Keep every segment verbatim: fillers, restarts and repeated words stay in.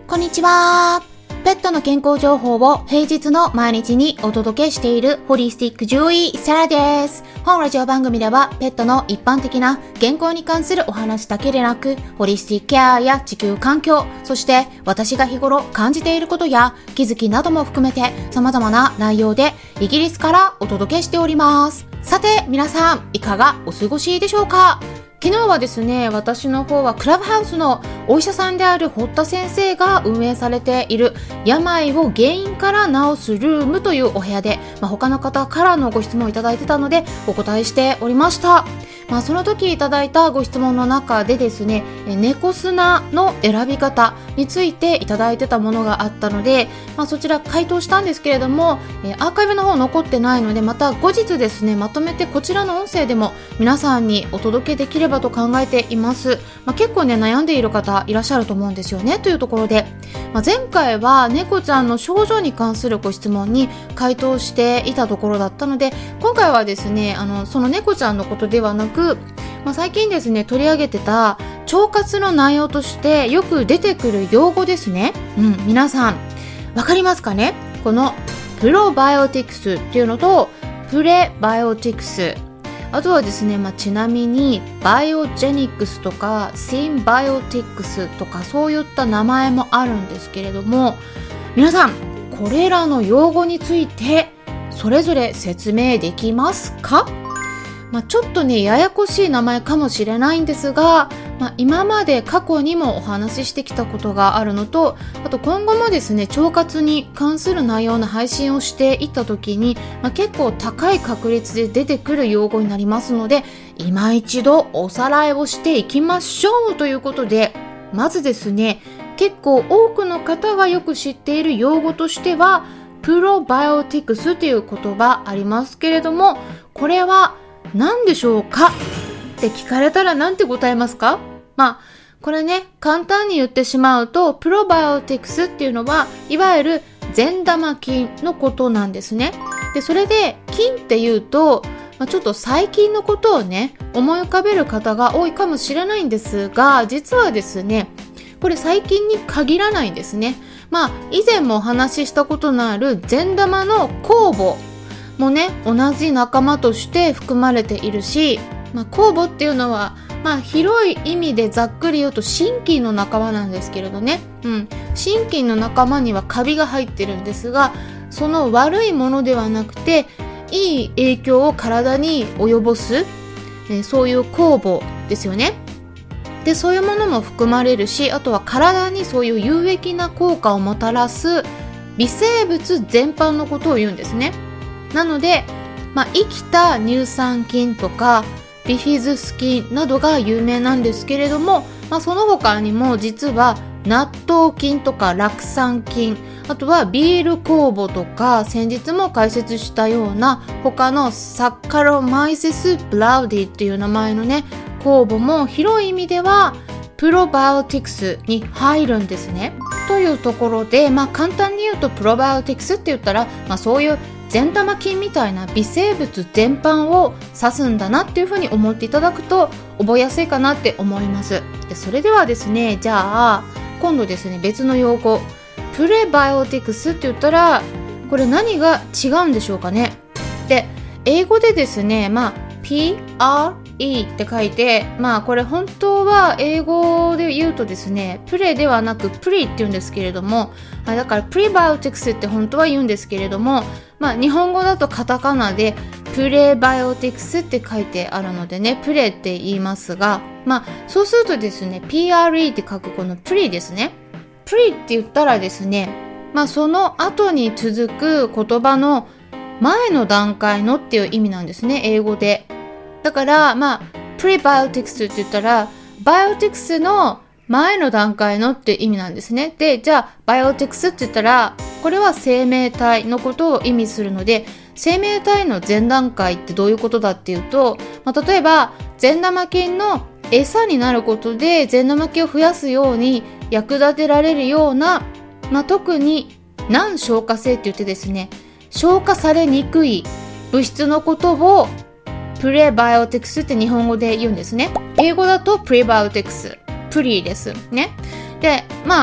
こんにちは。ペットの健康情報を平日の毎日にお届けしているホリスティック獣医サラです。本ラジオ番組ではペットの一般的な健康に関するお話だけでなく、ホリスティックケアや地球環境、そして私が日頃感じていることや気づきなども含めて様々な内容でイギリスからお届けしております。さて皆さん、いかがお過ごしでしょうか？昨日はですね、私の方はクラブハウスのお医者さんである堀田先生が運営されている病を原因から治すルームというお部屋で、まあ、他の方からのご質問をいただいてたのでお答えしておりました。まあ、その時いただいたご質問の中でですね、猫砂の選び方についていただいてたものがあったので、まあ、そちら回答したんですけれども、アーカイブの方残ってないので、また後日ですね、まとめてこちらの音声でも皆さんにお届けできればと考えています。まあ、結構ね悩んでいる方いらっしゃると思うんですよねというところで、まあ、前回は猫ちゃんの症状に関するご質問に回答していたところだったので、今回はですね、あのその猫ちゃんのことではなく、まあ、最近ですね取り上げてた腸活の内容としてよく出てくる用語ですね。うん、皆さんわかりますかね？このプロバイオティクスっていうのとプレバイオティクス、あとはですね、まあ、ちなみにバイオジェニックスとかシンバイオティクスとかそういった名前もあるんですけれども、皆さんこれらの用語についてそれぞれ説明できますか？まあ、ちょっとねややこしい名前かもしれないんですが、まあ、今まで過去にもお話ししてきたことがあるのと、あと今後もですね腸活に関する内容の配信をしていった時に、まあ、結構高い確率で出てくる用語になりますので、今一度おさらいをしていきましょうということで、まずですね、結構多くの方がよく知っている用語としてはプロバイオティクスという言葉ありますけれども、これは何でしょうかって聞かれたら何て答えますか？まあこれね簡単に言ってしまうと、プロバイオティクスっていうのはいわゆる善玉菌のことなんですね。でそれで菌っていうと、まあ、ちょっと細菌のことをね思い浮かべる方が多いかもしれないんですが、実はですねこれ細菌に限らないんですね。まあ以前もお話ししたことのある善玉の酵母もね同じ仲間として含まれているし、まあ、酵母っていうのは、まあ、広い意味でざっくり言うと真菌の仲間なんですけれどね、うん、真菌の仲間にはカビが入ってるんですが、その悪いものではなくていい影響を体に及ぼす、えー、そういう酵母ですよね。でそういうものも含まれるし、あとは体にそういう有益な効果をもたらす微生物全般のことを言うんですね。なので、まあ、生きた乳酸菌とかビフィズス菌などが有名なんですけれども、まあ、その他にも実は納豆菌とか酪酸菌、あとはビール酵母とか先日も解説したような他のサッカロマイセスブラウディっていう名前のね酵母も広い意味ではプロバイオティクスに入るんですね。というところで、まあ、簡単に言うとプロバイオティクスって言ったら、まあ、そういう善玉菌みたいな微生物全般を指すんだなっていうふうに思っていただくと覚えやすいかなって思います。でそれではですね、じゃあ今度ですね別の用語プレバイオティクスって言ったらこれ何が違うんでしょうかね。で英語でですね、まあ ピーアールイー って書いて、まあこれ本当は英語で言うとですねプレではなくプリって言うんですけれども、だからプレバイオティクスって本当は言うんですけれども、まあ日本語だとカタカナでプレバイオティクスって書いてあるのでねプレって言いますが、まあそうするとですね ピーアールイー って書くこのプリですね。プリって言ったらですね、まあその後に続く言葉の前の段階のっていう意味なんですね、英語で。だからまあプレバイオティクスって言ったらバイオティクスの前の段階のって意味なんですね。でじゃあバイオティクスって言ったらこれは生命体のことを意味するので、生命体の前段階ってどういうことだっていうと、まあ、例えば善玉菌の餌になることで善玉菌を増やすように役立てられるような、まあ、特に難消化性って言ってですね消化されにくい物質のことをプレバイオティクスって日本語で言うんですね。英語だとプレバイオティクスプリですね。でまあ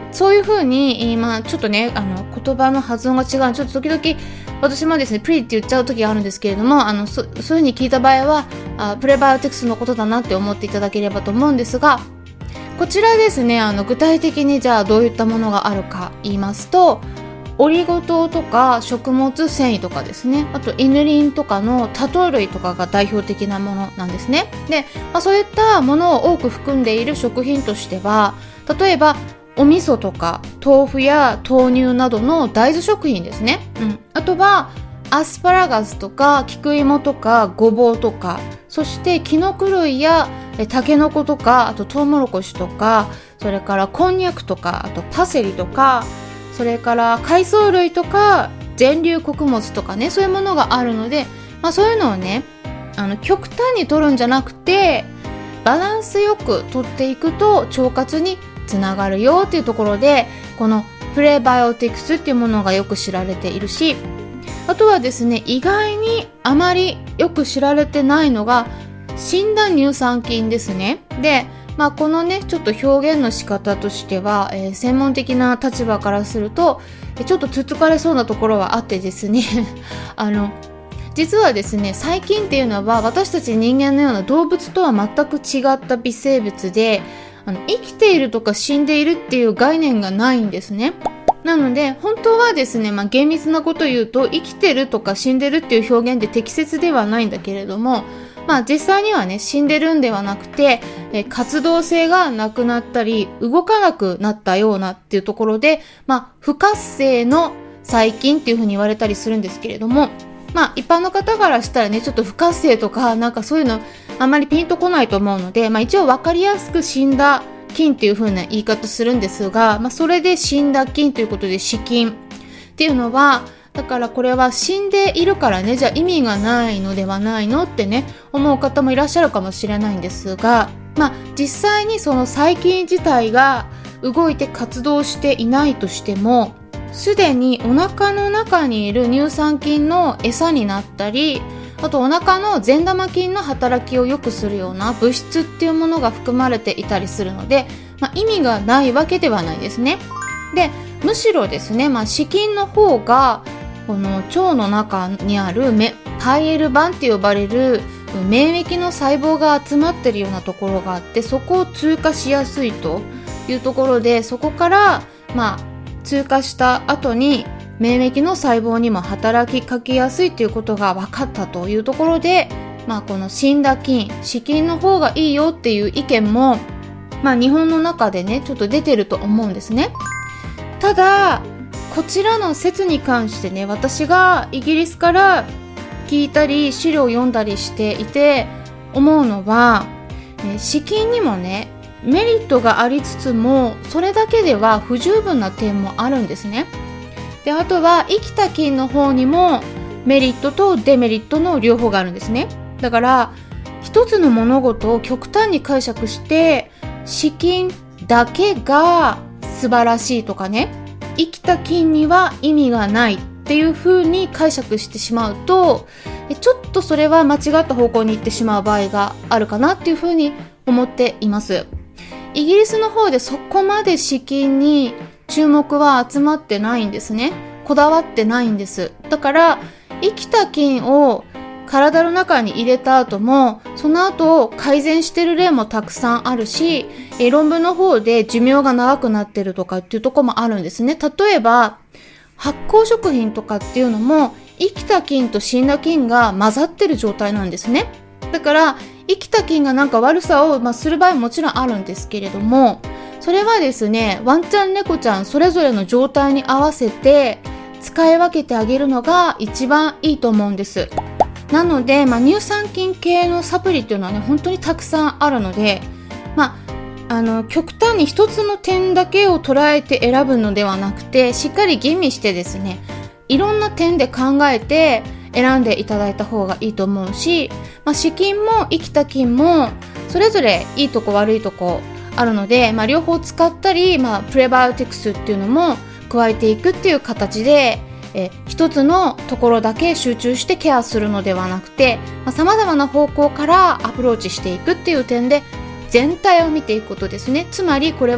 そういう風に、まあ、ちょっとね、あの、言葉の発音が違う。ちょっと時々、私もですね、プリって言っちゃう時があるんですけれども、あの、そ、そういう風に聞いた場合は、あプレバイオティクスのことだなって思っていただければと思うんですが、こちらですね、あの、具体的にじゃあどういったものがあるか言いますと、オリゴ糖とか食物繊維とかですね、あとイヌリンとかの多糖類とかが代表的なものなんですね。で、まあ、そういったものを多く含んでいる食品としては、例えばお味噌とか豆腐や豆乳などの大豆食品ですね、うん、あとはアスパラガスとか菊芋とかごぼうとか、そしてキノコ類やタケノコとか、あとトウモロコシとか、それからこんにゃくとか、あとパセリとか、それから海藻類とか全粒穀物とかね、そういうものがあるので、まあ、そういうのをね、あの極端に取るんじゃなくてバランスよく取っていくと腸活につながるよっていうところで、このプレバイオティクスっていうものがよく知られているし、あとはですね、意外にあまりよく知られてないのが死んだ乳酸菌ですね。で、まあ、このね、ちょっと表現の仕方としては、えー、専門的な立場からするとちょっとつつかれそうなところはあってですねあの実はですね、細菌っていうのは私たち人間のような動物とは全く違った微生物で、あの生きているとか死んでいるっていう概念がないんですね。なので本当はですね、まあ、厳密なこと言うと生きてるとか死んでるっていう表現で適切ではないんだけれども、まあ実際にはね、死んでるんではなくて、え活動性がなくなったり動かなくなったようなっていうところで、まあ不活性の細菌っていうふうに言われたりするんですけれども、まあ一般の方からしたらね、ちょっと不活性とかなんかそういうのあんまりピンとこないと思うので、まあ一応わかりやすく死んだ菌っていう風な言い方するんですが、まあそれで死んだ菌ということで死菌っていうのは、だからこれは死んでいるからね、じゃあ意味がないのではないのってね、思う方もいらっしゃるかもしれないんですが、まあ実際にその細菌自体が動いて活動していないとしても、すでにお腹の中にいる乳酸菌の餌になったり、あとお腹の善玉菌の働きを良くするような物質っていうものが含まれていたりするので、まあ、意味がないわけではないですね。で、むしろですね、まあ、死菌の方がこの腸の中にあるパイエル板って呼ばれる免疫の細胞が集まってるようなところがあって、そこを通過しやすいというところで、そこからまあ通過した後に免疫の細胞にも働きかけやすいということが分かったというところで、まあ、この死んだ菌、死菌の方がいいよっていう意見も、まあ、日本の中でねちょっと出てると思うんですね。ただこちらの説に関してね、私がイギリスから聞いたり資料を読んだりしていて思うのは、え死菌にもねメリットがありつつも、それだけでは不十分な点もあるんですね。で、あとは生きた菌の方にもメリットとデメリットの両方があるんですね。だから一つの物事を極端に解釈して死菌だけが素晴らしいとかね、生きた菌には意味がないっていう風に解釈してしまうと、ちょっとそれは間違った方向に行ってしまう場合があるかなっていう風に思っています。イギリスの方でそこまで死菌に注目は集まってないんですね。こだわってないんです。だから生きた菌を体の中に入れた後も、その後改善してる例もたくさんあるし、え論文の方で寿命が長くなってるとかっていうところもあるんですね。例えば発酵食品とかっていうのも生きた菌と死んだ菌が混ざってる状態なんですね。だから生きた菌がなんか悪さを、まあ、する場合ももちろんあるんですけれども、それはですね、ワンちゃん猫ちゃんそれぞれの状態に合わせて使い分けてあげるのが一番いいと思うんです。なので、まあ、乳酸菌系のサプリっていうのはね本当にたくさんあるので、まあ、あの極端に一つの点だけを捉えて選ぶのではなくて、しっかり吟味してですね、いろんな点で考えて選んでいただいた方がいいと思うし、まあ、死菌も生きた菌もそれぞれいいとこ悪いとこあるので、まあ、両方使ったり、まあ、プレバイオティクスっていうのも加えていくっていう形で、え一つのところだけ集中してケアするのではなくて、まあ、様々な方向からアプローチしていくっていう点で全体を見ていくことですね。つまりこれはホ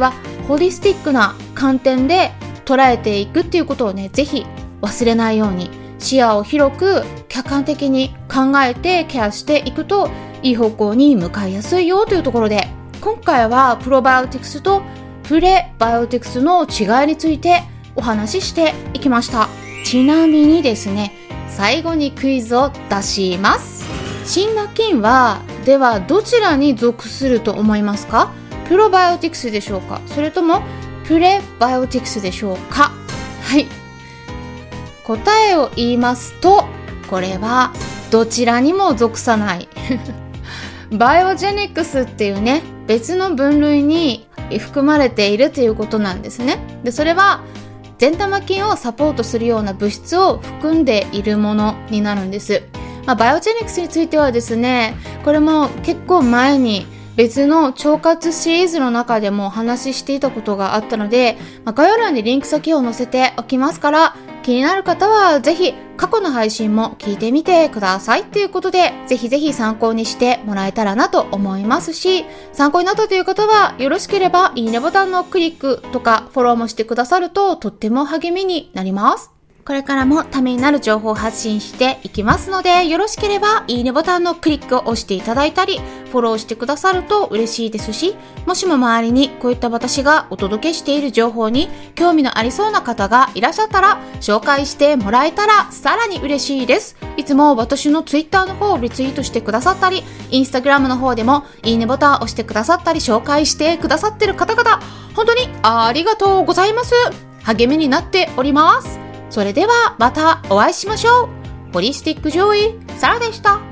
ホリスティックな観点で捉えていくっていうことをね、ぜひ忘れないように、視野を広く客観的に考えてケアしていくといい方向に向かいやすいよというところで、今回はプロバイオティクスとプレバイオティクスの違いについてお話ししていきました。ちなみにですね、最後にクイズを出します。死んだ菌はではどちらに属すると思いますか？プロバイオティクスでしょうか、それともプレバイオティクスでしょうか？はい、答えを言いますと、これはどちらにも属さないバイオジェニクスっていうね、別の分類に含まれているということなんですね。で、それは善玉菌をサポートするような物質を含んでいるものになるんです。まあ、バイオジェニクスについてはですね、これも結構前に別の腸活シリーズの中でもお話ししていたことがあったので、まあ、概要欄にリンク先を載せておきますから、気になる方はぜひ過去の配信も聞いてみてくださいということで、ぜひぜひ参考にしてもらえたらなと思いますし、参考になったという方はよろしければいいねボタンのクリックとかフォローもしてくださるととっても励みになります。これからもためになる情報を発信していきますので、よろしければいいねボタンのクリックを押していただいたり、フォローしてくださると嬉しいですし、もしも周りにこういった私がお届けしている情報に興味のありそうな方がいらっしゃったら、紹介してもらえたらさらに嬉しいです。いつも私のツイッターの方をリツイートしてくださったり、インスタグラムの方でもいいねボタンを押してくださったり、紹介してくださってる方々、本当にありがとうございます。励みになっております。それではまたお会いしましょう。ホリスティック獣医サラでした。